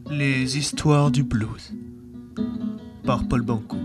Les histoires du blues par Paul Banco.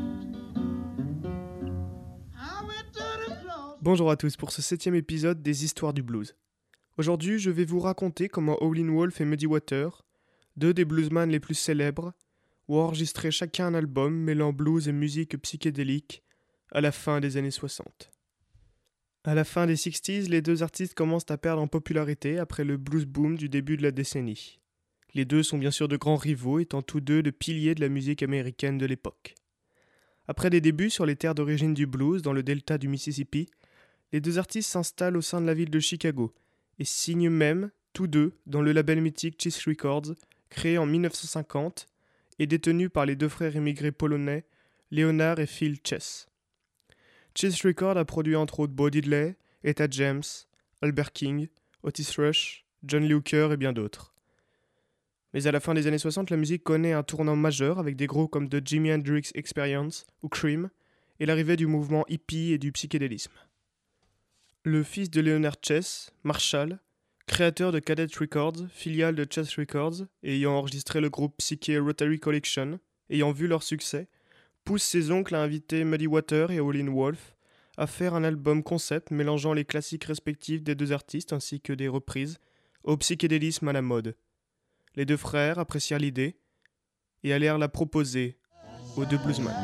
Bonjour à tous pour ce 7e épisode des histoires du blues. Aujourd'hui, je vais vous raconter comment Howlin' Wolf et Muddy Waters, deux des bluesmen les plus célèbres, ont enregistré chacun un album mêlant blues et musique psychédélique à la fin des années 60. À la fin des 60s, les deux artistes commencent à perdre en popularité après le blues boom du début de la décennie. Les deux sont bien sûr de grands rivaux, étant tous deux de piliers de la musique américaine de l'époque. Après des débuts sur les terres d'origine du blues dans le delta du Mississippi, les deux artistes s'installent au sein de la ville de Chicago et signent même, tous deux, dans le label mythique Chess Records, créé en 1950 et détenu par les deux frères immigrés polonais, Leonard et Phil Chess. Chess Records a produit entre autres Bo Diddley, Etta James, Albert King, Otis Rush, John Lee Hooker et bien d'autres. Mais à la fin des années 60, la musique connaît un tournant majeur avec des groupes comme The Jimi Hendrix Experience ou Cream et l'arrivée du mouvement hippie et du psychédélisme. Le fils de Leonard Chess, Marshall, créateur de Cadet Records, filiale de Chess Records, et ayant enregistré le groupe psyché Rotary Collection, ayant vu leur succès, pousse ses oncles à inviter Muddy Waters et Howlin' Wolf à faire un album concept mélangeant les classiques respectifs des deux artistes ainsi que des reprises au psychédélisme à la mode. Les deux frères apprécièrent l'idée et allèrent la proposer aux deux bluesmen.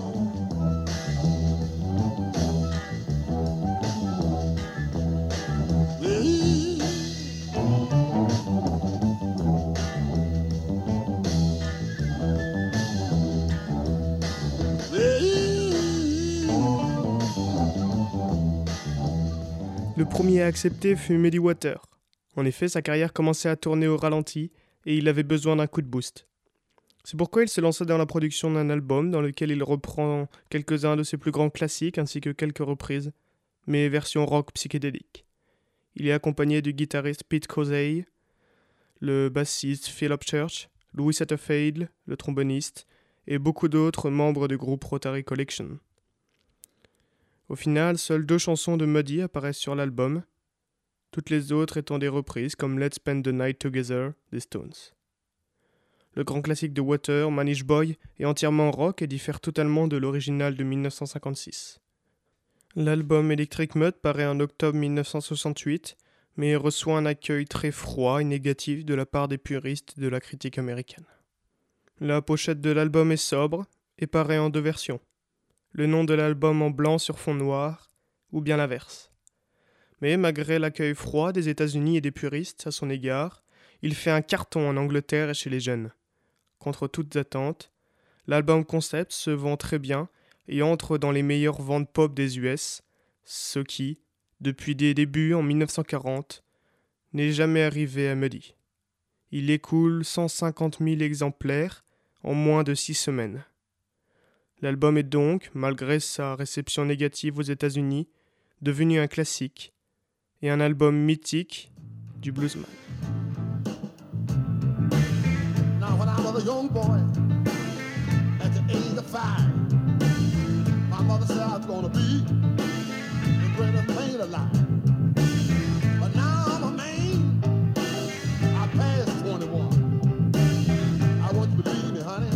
Le premier à accepter fut Muddy Waters. En effet, sa carrière commençait à tourner au ralenti et il avait besoin d'un coup de boost. C'est pourquoi il se lança dans la production d'un album dans lequel il reprend quelques-uns de ses plus grands classiques ainsi que quelques reprises, mais version rock psychédélique. Il est accompagné du guitariste Pete Cosey, le bassiste Philip Church, Louis Satterfield, le tromboniste, et beaucoup d'autres membres du groupe Rotary Collection. Au final, seules 2 chansons de Muddy apparaissent sur l'album, toutes les autres étant des reprises comme Let's Spend the Night Together des Stones. Le grand classique de Waters, Manish Boy, est entièrement rock et diffère totalement de l'original de 1956. L'album Electric Mud paraît en octobre 1968, mais reçoit un accueil très froid et négatif de la part des puristes de la critique américaine. La pochette de l'album est sobre et paraît en 2 versions. Le nom de l'album en blanc sur fond noir, ou bien l'inverse. Mais malgré l'accueil froid des États-Unis et des puristes à son égard, il fait un carton en Angleterre et chez les jeunes. Contre toutes attentes, l'album concept se vend très bien et entre dans les meilleures ventes pop des US, ce qui, depuis des débuts en 1940, n'est jamais arrivé à Muddy. Il écoule 150 000 exemplaires en moins de 6 semaines. L'album est donc, malgré sa réception négative aux États-Unis, devenu un classique et un album mythique du bluesman. Now when I was a young boy, at the age of 5, my mother said I was gonna be the greatest man alive. But now I'm a man, I passed 21. I want you to believe me, honey.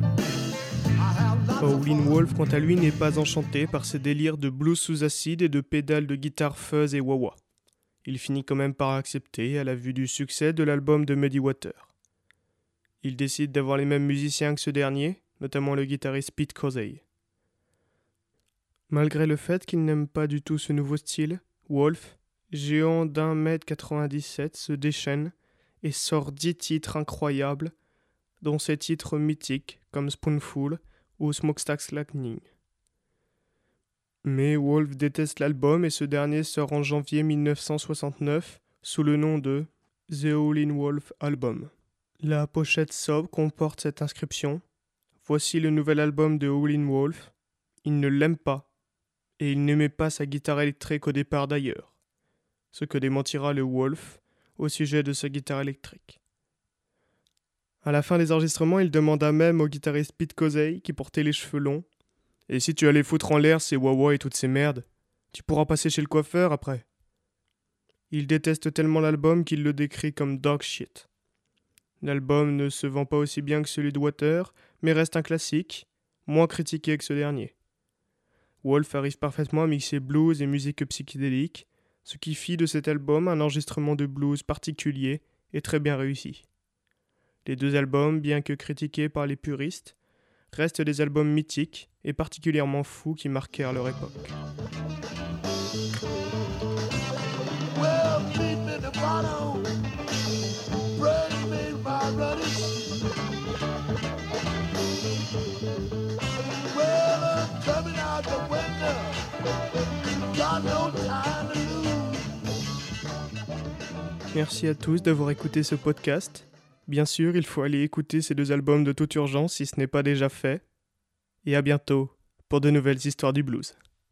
Howlin' Wolf, quant à lui, n'est pas enchanté par ses délires de blues sous acide et de pédales de guitare fuzz et wah-wah. Il finit quand même par accepter à la vue du succès de l'album de Muddy Waters. Il décide d'avoir les mêmes musiciens que ce dernier, notamment le guitariste Pete Cosey. Malgré le fait qu'il n'aime pas du tout ce nouveau style, Wolf, géant d'1m97, se déchaîne et sort 10 titres incroyables, dont ses titres mythiques comme Spoonful ou Smokestack's Lightning. Mais Wolf déteste l'album et ce dernier sort en janvier 1969 sous le nom de The Howlin' Wolf Album. La pochette sobre comporte cette inscription: voici le nouvel album de Howlin' Wolf. Il ne l'aime pas et il n'aimait pas sa guitare électrique au départ d'ailleurs, ce que démentira le Wolf au sujet de sa guitare électrique. À la fin des enregistrements, il demanda même au guitariste Pete Cosey, qui portait les cheveux longs: et si tu allais foutre en l'air ces wah-wah et toutes ces merdes, tu pourras passer chez le coiffeur après. Il déteste tellement l'album qu'il le décrit comme dog shit. L'album ne se vend pas aussi bien que celui de Water, mais reste un classique, moins critiqué que ce dernier. Wolf arrive parfaitement à mixer blues et musique psychédélique, ce qui fit de cet album un enregistrement de blues particulier et très bien réussi. Les deux albums, bien que critiqués par les puristes, restent des albums mythiques et particulièrement fous qui marquèrent leur époque. Well, meet me in the bottom, bring me my running. Well, I'm coming out the window, got no time to lose. Merci à tous d'avoir écouté ce podcast. Bien sûr, il faut aller écouter ces deux albums de toute urgence si ce n'est pas déjà fait. Et à bientôt pour de nouvelles histoires du blues.